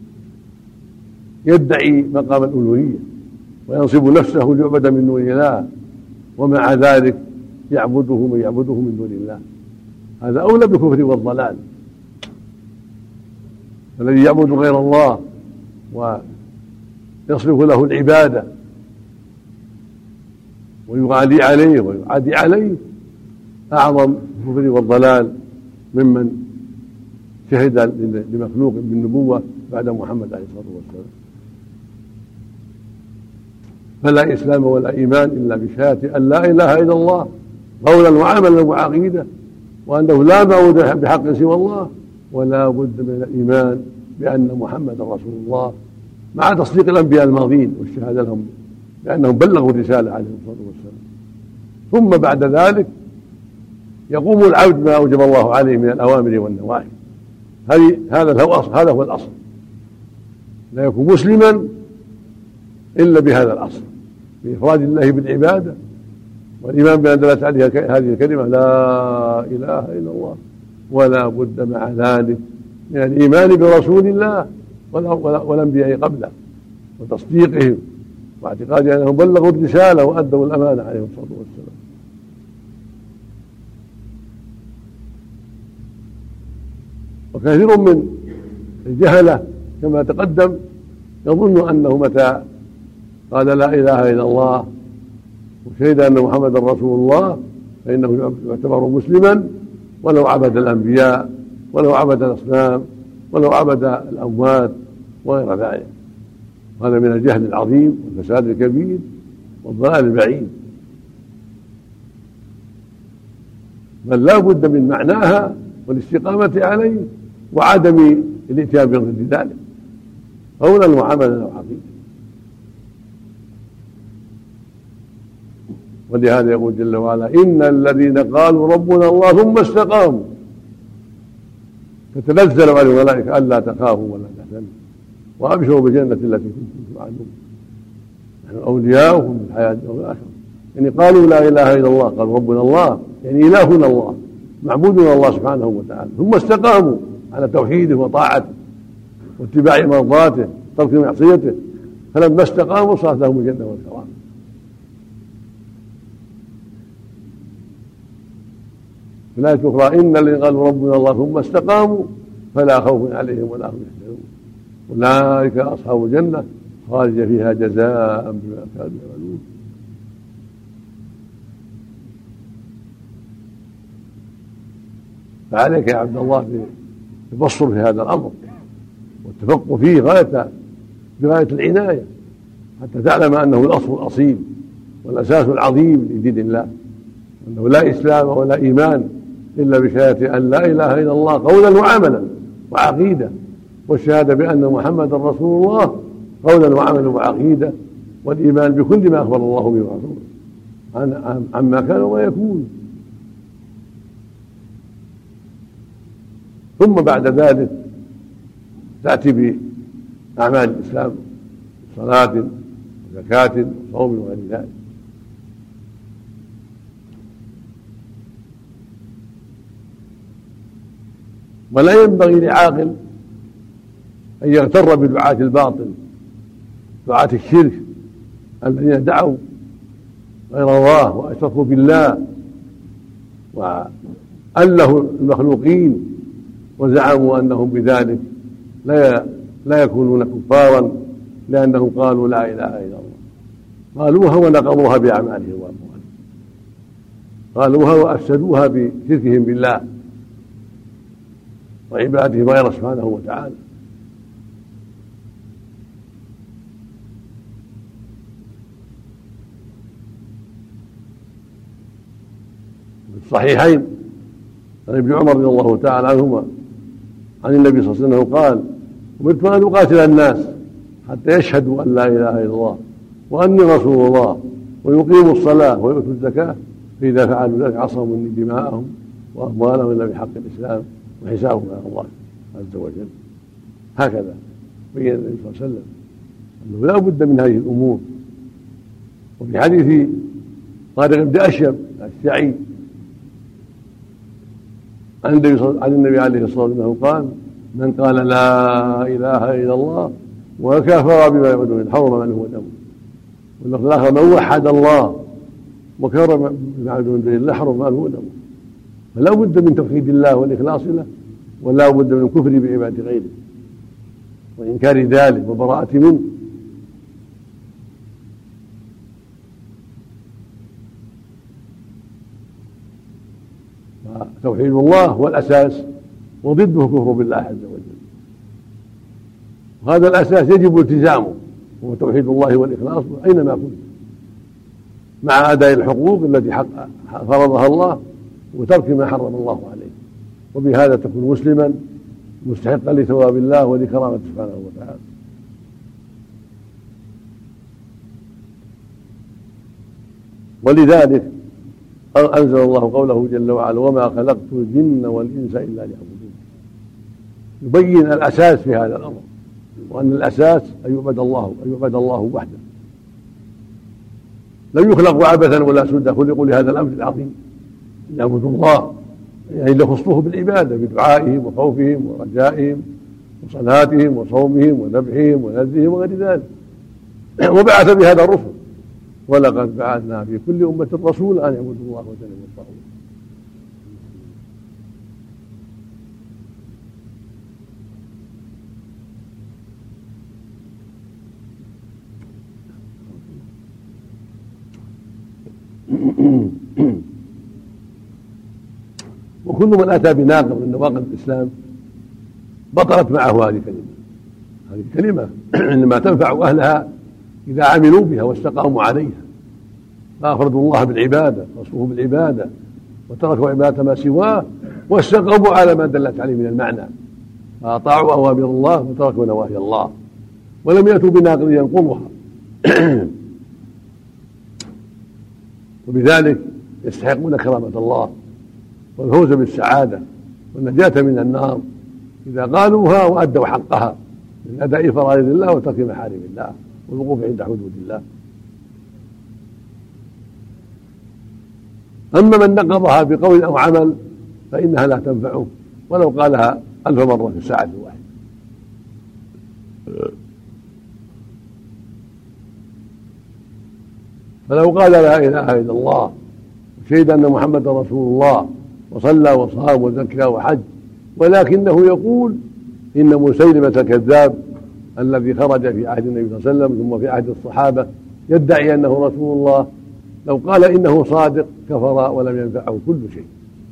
يدعي مقام الألوهية وينصب نفسه ليعبد من دون الله ومع ذلك يعبده من يعبده من دون الله؟ هذا أولى بالكفر والضلال. الذي يعبد غير الله ويصرف له العبادة ويغالي عليه ويعادي عليه أعظم الكفر والضلال ممن شهد لمخلوق بالنبوة بعد محمد عليه الصلاة والسلام. فلا إسلام ولا إيمان إلا بشهادة أن لا إله إلا الله قولا وعملا وعقيدة، وأنه لا معبود بحق سوى الله، ولا بد من الإيمان بأن محمد رسول الله مع تصديق الأنبياء الماضين والشهادة لهم بأنهم بلغوا الرسالة عليه الصلاة والسلام. ثم بعد ذلك يقوم العبد ما أوجب الله عليه من الأوامر والنواهي. هذا هو هذا هو الأصل، لا يكون مسلما إلا بهذا الأصل، بإفراد الله بالعبادة والإيمان بأن دلت عليها هذه الكلمة لا إله إلا الله، ولا بد مع ذلك من الإيمان برسول الله والأنبياء قبله وتصديقهم واعتقاد أنهم بلغوا الرسالة وأدوا الأمانة عليه الصلاة والسلام. وكثير من الجهلة كما تقدم يظن أنه متى قال لا إله إلا الله وشهد أن محمد رسول الله فإنه يعتبر مسلما ولو عبد الأنبياء ولو عبد الأصنام ولو عبد الأموات وغير ذلك. هذا من الجهل العظيم والفساد الكبير والضلال البعيد، بل لا بد من معناها والاستقامة عليه وعدم الاتيان بضد ذلك قولا وعملا وعقيدة. ولهذا يقول جل وعلا إن الذين قالوا ربنا الله ثم استقاموا تتنزل عليهم الملائكة ألا تخافوا ولا تحزنوا وأبشروا بالجنة التي كنتم توعدون نحن أولياؤكم في الحياة والآخرة يعني قالوا لا إله إلا الله، قالوا ربنا الله يعني إلهنا الله معبودنا الله سبحانه وتعالى، ثم استقاموا على توحيده وطاعته واتباع مرضاته ترك معصيته، فلما استقاموا صارت لهم الجنة والكرامة. في الآية الأخرى إن الذين قالوا ربنا الله ثم استقاموا فلا خوف عليهم ولا هم يحزنون أولئك أصحاب الجنة خالدين فيها جزاء بما كانوا يعملون. فعليك يا عبد الله بالتبصر في هذا الأمر والتفقه فيه غاية بغاية العناية حتى تعلم أنه الأصل الأصيل والأساس العظيم لدين الله، أنه لا إسلام ولا إيمان إلا بشهادة أن لا إله إلا الله قولا وعملا وعقيدة، والشهادة بأن محمدا رسول الله قولا وعملا وعقيدة، والإيمان بكل ما أخبر الله به ورسوله عن عما كان وما يكون. ثم بعد ذلك تأتي بأعمال الإسلام صلاة وزكاة وصوم وغير ذلك. ولا ينبغي لعاقل أن يغتر بدعاة الباطل دعاة الشرك الذين دعوا غير الله وأشركوا بالله وألهوا المخلوقين وزعموا أنهم بذلك لا لا يكونون كفارا لأنهم قالوا لا إله إلا الله، قالوها ونقضوها بأعمالهم وأموالهم، قالوها وأفسدوها بشركهم بالله وعبادهم غيره سبحانه وتعالى. في الصحيحين عن ابن عمر رضي الله تعالى عنهما عن النبي صلى الله عليه وسلم قال: أمرت أن أقاتل الناس حتى يشهدوا أن لا إله إلا الله وأني رسول الله ويقيموا الصلاة ويؤتوا الزكاة، فإذا فعلوا ذلك عصموا مني دماءهم وأموالهم إلا بحق الإسلام وحسابهم على الله عز وجل. هكذا بين النبي صلى الله عليه وسلم أنه لا بد من هذه الأمور. وفي حديث طارق بن أشيم الشيعي عن النبي عليه الصلاة والسلام قال: من قال لا إله إلا الله وكفر بما يعبدون حرم ماله ودمه. واللفظ الآخر: من وحد الله وكفر بما يعبدون دون الله حرم ماله ودمه. فلا بد من توحيد الله والإخلاص له، ولا بد من الكفر بعبادة غيره وإنكار ذلك وبراءة منه. توحيد الله هو الأساس وضده كفر بالله عز وجل، وهذا الأساس يجب التزامه، هو توحيد الله والإخلاص أينما كنت، مع أداء الحقوق التي فرضها الله وترك ما حرم الله عليه، وبهذا تكون مسلما مستحقا لثواب الله ولكرامته سبحانه وتعالى. ولذلك أنزل الله قوله جل وعلا: وما خلقت الجن والإنس إلا ليعبدون، يبين الأساس في هذا الأمر، وأن الأساس أن يعبد الله أن يعبد الله وحده، لم يخلقوا عبثا ولا سدى، خلقوا لهذا الأمر العظيم يعبدوا الله، يعني يخصوه بالعبادة بدعائهم وخوفهم ورجائهم وصلاتهم وصومهم وذبحهم ونذرهم وغير ذلك. وبعث بهذا الرسل: ولقد بعثنا في كل أمة رسولا أن يعبدوا الله واجتنبوا الطاغوت. وكل من أتى بناقض من نواقض الإسلام بطلت معه هذه الكلمة. هذه الكلمة إنما تنفع أهلها إذا عملوا بها واستقاموا عليها، فأفردوا الله بالعبادة وصفوه بالعبادة وتركوا عبادة ما سواه واستقاموا على ما دلت عليه من المعنى، فأطاعوا أوامر الله وتركوا نواهي الله، ولم يأتوا بناقض ينقضها. وبذلك يستحقون كرامة الله والفوز بالسعادة والنجاة من النار إذا قالوها وأدوا حقها من أداء فرائض الله وترك محارم الله والوقوف عند حدود الله. أما من نقضها بقول أو عمل فإنها لا تنفعه ولو قالها ألف مرة في الساعة الواحدة. فلو قال لا إله إلا الله وشهد أن محمد رسول الله وصلى وصام وزكى وحج ولكنه يقول إن مسيلمة الكذاب الذي خرج في عهد النبي صلى الله عليه وسلم ثم في عهد الصحابة يدعي أنه رسول الله، لو قال إنه صادق كفر ولم ينفعه كل شيء.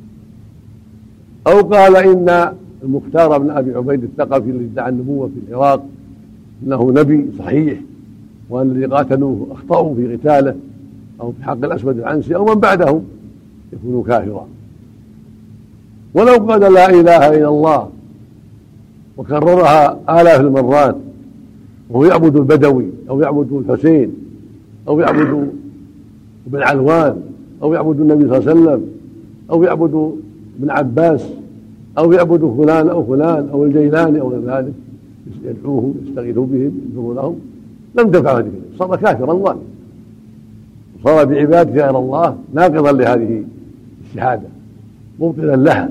أو قال إن المختار بن أبي عبيد الثقفي الذي ادعى النبوة في العراق أنه نبي صحيح، وأن الذي قاتلوه أخطأوا في قتاله أو في حق الأسود العنسي أو من بعدهم يكون كافرا. ولو قال لا إله إلا الله وكررها آلاف المرات وهو يعبد البدوي أو يعبد الحسين أو يعبد ابن علوان أو يعبد النبي صلى الله عليه وسلم أو يعبد ابن عباس أو يعبد فلان أو فلان أو الجيلاني أو غير ذلك، يدعوهم يستغيث بهم ينذر لهم، لم تنفع هذه الكلمة، صار كافرا ظالما وصار بعبادة غير الله ناقضا لهذه الشهادة مبطلا لها.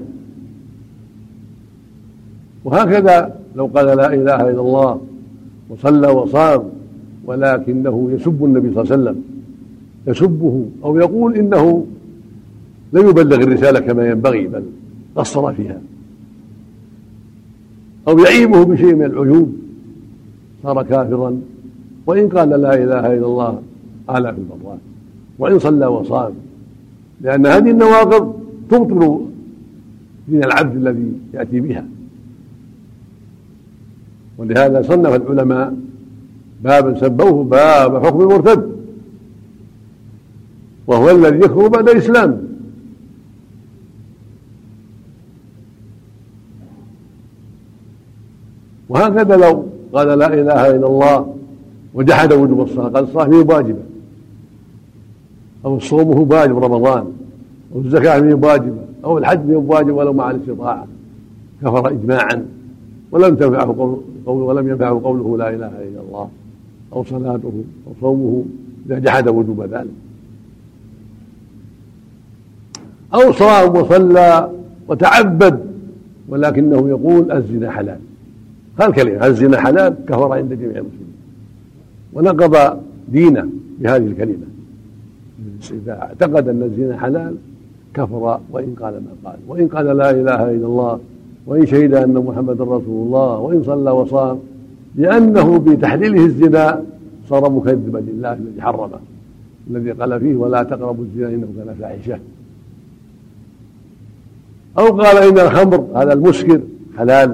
وهكذا لو قال لا إله إلا الله وصلى وصام ولكنه يسب النبي صلى الله عليه وسلم، يسبه أو يقول إنه لا يبلغ الرسالة كما ينبغي بل قصر فيها، أو يعيبه بشيء من العيوب، صار كافرا وإن قال لا إله إلا الله آلاف المرات وإن صلى وصام، لأن هذه النواقض تبطل دين العبد الذي يأتي بها. ولهذا صنف العلماء بابا سبوه باب حكم المرتد، وهو الذي يكفر بعد الإسلام. وهكذا لو قال لا إله إلا الله وجحد وجوب الصلاة، قال الصلاة هي واجبة أو الصوم هو واجب رمضان أو الزكاة هي واجبة أو الحج هي واجب ولو مع الاستطاعة، كفر إجماعا ولم تنفعه قول ولم ينفعه قوله لا إله إلا الله أو صلاته أو صومه إذا جحد وجوب ذلك. أو صام وصلى وتعبد ولكنه يقول الزنا حلال، قال كلمة الزنا حلال كفر عند جميع المسلمين ونقض دينه بهذه الكلمة. إذا اعتقد أن الزنا حلال كفر وإن قال ما قال، وإن قال لا إله إلا الله وإن شهد أن محمد رسول الله وإن صلى وصام، لأنه بتحليله الزنا صار مكذبا لله الذي حرمه، الذي قال فيه ولا تقربوا الزنا إنه كان فاحشة. أو قال إن الخمر هذا المسكر حلال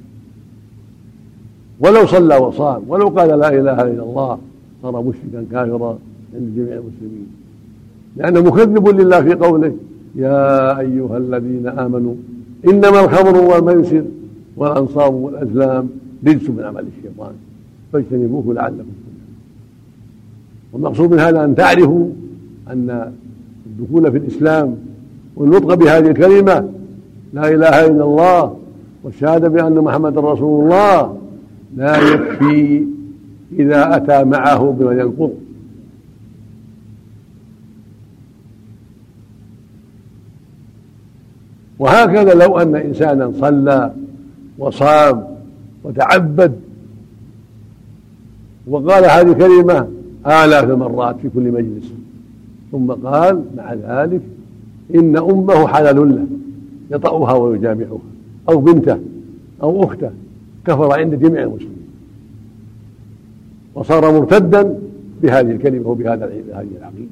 ولو صلى وصام، ولو قال لا إله إلا الله صار مشركا كافرا عند جميع المسلمين، لأنه مكذب لله في قوله يا أيها الذين آمنوا إنما الخمر والميسر والأنصاب والأزلام رجس من عمل الشيطان فاجتنبوه لعلكم تفلحون. والمقصود من هذا أن تعرفوا أن الدخول في الإسلام والنطق بهذه الكلمة لا إله إلا الله والشهادة بأن محمد رسول الله لا يكفي إذا أتى معه بما ينقض. وهكذا لو أن إنسانا صلى وصام وتعبد وقال هذه الكلمة آلاف المرات في كل مجلس ثم قال مع ذلك إن أمه حلال له يطأها ويجامعها أو بنته أو أخته، كفر عند جميع المسلمين وصار مرتدا بهذه الكلمة وبهذه العقيدة.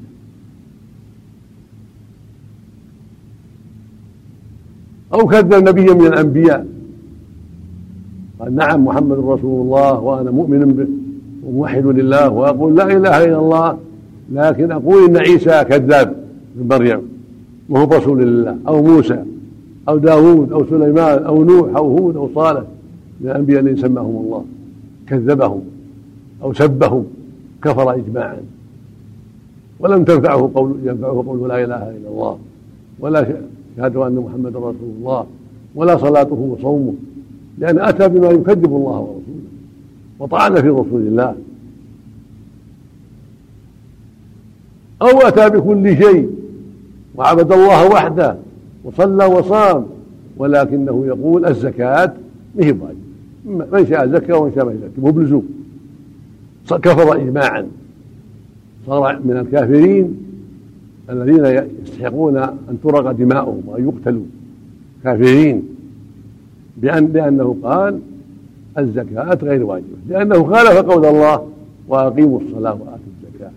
أو كذب نبيا من الأنبياء قال نعم محمد رسول الله وأنا مؤمن به وموحد لله وأقول لا إله إلا الله، لكن أقول إن عيسى كذاب من مريم وهو رسول الله، أو موسى أو داود أو سليمان أو نوح أو هود أو صالح من الأنبياء الذين سماهم الله، كذبهم أو سبهم كفر إجماعا ولم تنفعه قول ينفعه قول لا إله إلا الله ولا شهادة أن محمد رسول الله ولا صلاته وصومه، لأن أتى بما يكذب الله ورسوله وطعن في رسول الله. أو أتى بكل شيء وعبد الله وحده وصلى وصام، ولكنه يقول الزكاة مهي واجب، من شاء زكى ومن شاء ما يزكى، مو بلزوم. كفر إجماعا، صار من الكافرين الذين يستحقون أن ترق دماؤهم وأن يقتلوا، كافرين بأن لأنه قال الزكاة غير واجبة، لأنه خالف قول الله وأقيموا الصلاة وآتوا الزكاة،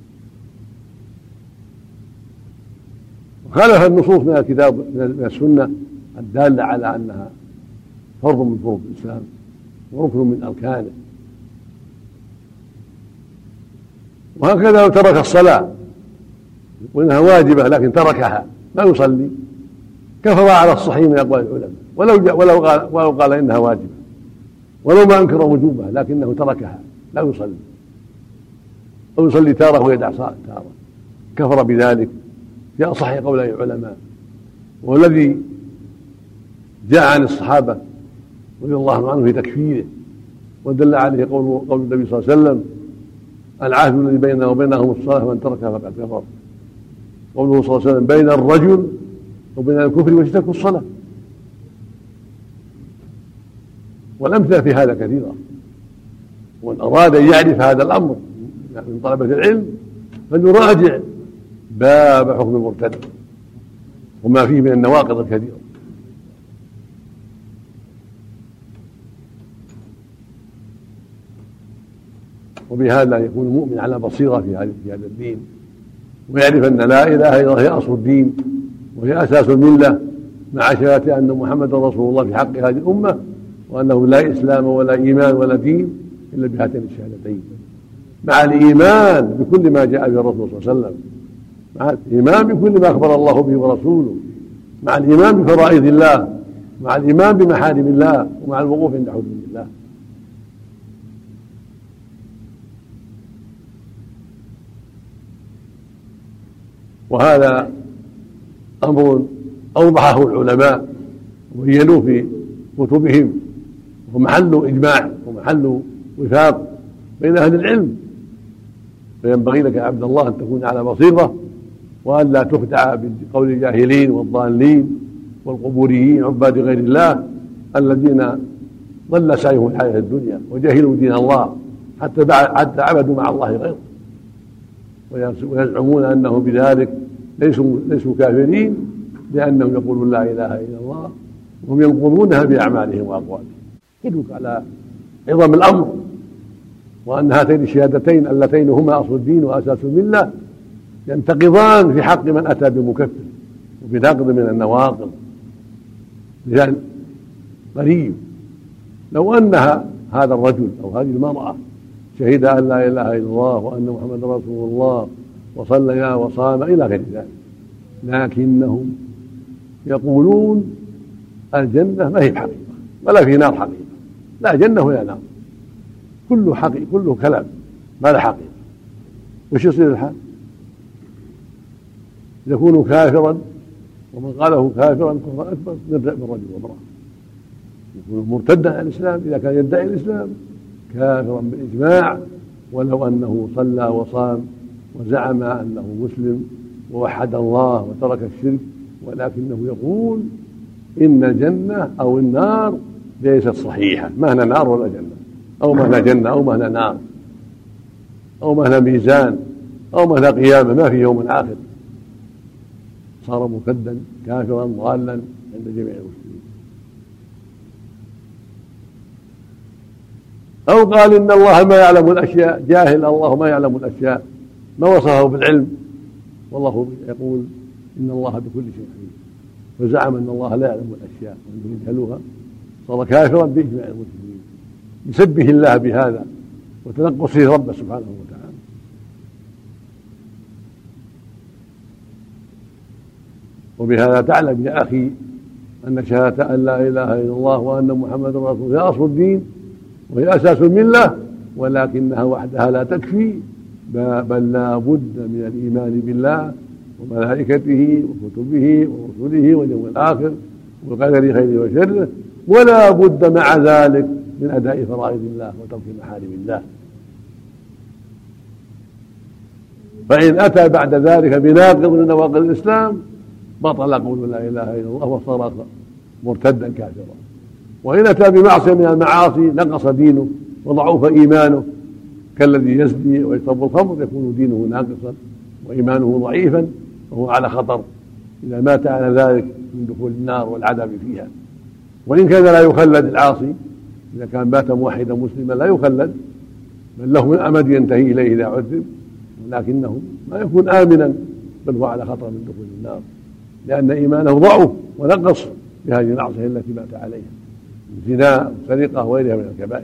وخالف النصوص من الكتاب من السنة الدالة على أنها فرض من فروض الإسلام وركن من أركانه. وهكذا لو ترك الصلاة وإنها واجبة لكن تركها ما يصلي كفر على الصحيح من أقوال العلماء، ولو ولو قال ولو قال إنها واجبة، ولو ما أنكر وجوبها لكنه تركها لا يصلي، أو يصلي تارة ويدع تارة، كفر بذلك في أصح قول العلماء. والذي جاء عن الصحابة رضي الله عنهم في تكفيره ودل عليه قول قول النبي صلى الله عليه وسلم العهد الذي بيننا وبينهم الصلاة من تركها فقد كفر. قوله صلى الله عليه وسلم بين الرجل وبين الكفر وترك الصلاة. والأمثلة في هذا كثيرة، ومن أراد أن يعرف هذا الأمر من طلبة العلم فليراجع باب حكم المرتد وما فيه من النواقض الكثيرة. وبهذا يكون المؤمن على بصيرة في هذا الدين، ويعرف أن لا إله إلا الله هي أصل الدين وهي أساس الملة، مع شهادة أن محمدا رسول الله في حق هذه الأمة، وأنه لا إسلام ولا إيمان ولا دين إلا بهاتين الشهادتين، مع الإيمان بكل ما جاء به الرسول صلى الله عليه وسلم، مع الإيمان بكل ما أخبر الله به ورسوله، مع الإيمان بفرائض الله، مع الإيمان بمحارم الله، ومع الوقوف عند حدود الله. وهذا أمر أوضحه العلماء وبينوه في كتبهم، ومحل إجماع ومحل وفاق بين أهل العلم. فينبغي لك يا عبد الله أن تكون على بصيرة، وأن لا تخدع بقول الجاهلين والضالين والقبوريين عباد غير الله الذين ضل سعيهم في الحياة الدنيا وجهلوا دين الله حتى حتى عبدوا مع الله غيره، ويزعمون أنهم بذلك ليسوا ليسوا كافرين لأنهم يقولون لا إله إلا الله وهم ينقضونها بأعمالهم وأقوالهم. يدلك على عظم الأمر، وأن هاتين الشهادتين اللتين هما أصل الدين وأساس الملة ينتقضان في حق من أتى بمكفر وبناقض من النواقض. مثال غريب، لو أنها هذا الرجل أو هذه المرأة شهد أن لا إله إلا الله وأن محمد رسول الله وصليا وصام إلى غير ذلك، لكنهم يقولون الجنة ما هي بحقيقة ولا في نار حقيقة، لا جنة ولا نار، كله حقيقة كله كلام ما له حقيقة. وش يصير الحال؟ يكون كافرا، ومن قاله كافرا كفرا أكبر نبدأ بالرجل والمرأة، يكون مرتدا عن الإسلام إذا كان يدعي الإسلام كافرا بالإجماع، ولو أنه صلى وصام وزعم أنه مسلم ووحد الله وترك الشرك، ولكنه يقول إن الجنة أو النار ليست صحيحة، ما هنا نار ولا جنة، أو ما هنا جنة أو ما هنا نار، أو ما هنا ميزان، أو ما هنا قيامة، ما في يوم آخر. صار مرتدا كافرا ضالا عند جميع المسلمين. أو قال إن الله ما يعلم الأشياء، جاهل الله ما يعلم الأشياء، ما وصفه بالعلم، والله يقول إن الله بكل شيء عليم، فزعم أن الله لا يعلم الأشياء وأنهم يجهلوها، صار كافرا بإجماع المسلمين، يسبه الله بهذا وتنقصه ربه سبحانه وتعالى. وبهذا تعلم يا أخي أن شهادة أن لا إله إلا الله وأن محمد رسول الله هي أصل الدين وهي أساس الملة، ولكنها وحدها لا تكفي، بل لا بد من الإيمان بالله وملائكته وكتبه ورسله واليوم الآخر والقدر خيره وشره، ولا بد مع ذلك من أداء فرائض الله وترك محارم الله. فإن أتى بعد ذلك بناقض من نواقض الإسلام بطل قول لا اله الا الله وصار مرتدا كافرا. وان اتى بمعصيه من المعاصي نقص دينه وضعف ايمانه، كالذي يزني ويشرب الخمر يكون دينه ناقصا وايمانه ضعيفا وهو على خطر اذا مات على ذلك من دخول النار والعذاب فيها. وان كان لا يخلد العاصي، اذا كان مات موحدا مسلما لا يخلد، بل له من امد ينتهي اليه اذا عذب، ولكنه ما يكون امنا، بل هو على خطر من دخول النار، لان ايمانه ضعف ونقص بهذه المعصيه التي مات عليها من زنا وسرقه وغيرها من الكبائر.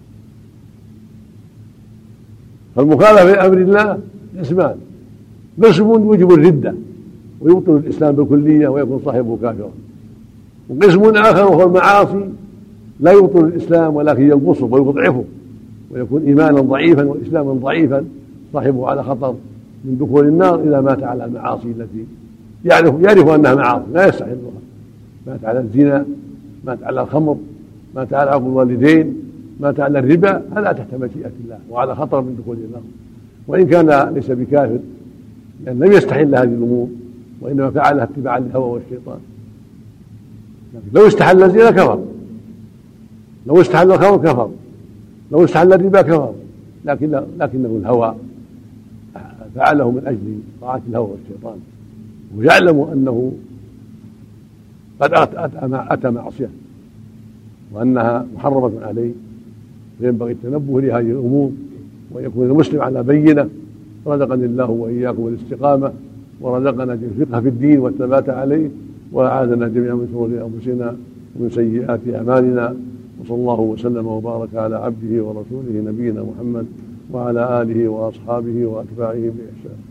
فالمخالفه لامر الله قسمان: قسم يوجب الرده ويبطل الاسلام بالكليه ويكون صاحبه كافرا، وقسم اخر وهو المعاصي لا يبطل الاسلام ولكن ينقصه ويضعفه ويكون ايمانا ضعيفا واسلاما ضعيفا، صاحبه على خطر من دخول النار اذا مات على المعاصي التي يعرف يعرف انها معاصي لا يستحلها، مات على الزنا، مات على الخمر، مات على عقوق الوالدين، مات على الربا، هذا تحت مشيئه الله وعلى خطر من دخول النار. وان كان ليس بكافر لان لم يستحل هذه الامور وانما فعلها اتباعا للهوى والشيطان، لكن لو استحل الزنا كفر، لو استحل الخمر كفر، لو استحل الربا كفر، لكن لكنه الهوى فعله من اجل طاعه الهوى والشيطان، ويعلم انه قد اتى معصيه وانها محرمه عليه، فينبغي التنبه لهذه الامور ويكون المسلم على بينه. رزقني الله واياكم الاستقامه ورزقنا الفقه في الدين والثبات عليه، واعاذنا جميعا من شرور انفسنا ومن سيئات اعمالنا. وصلى الله وسلم وبارك على عبده ورسوله نبينا محمد وعلى اله واصحابه واتباعه باحسان.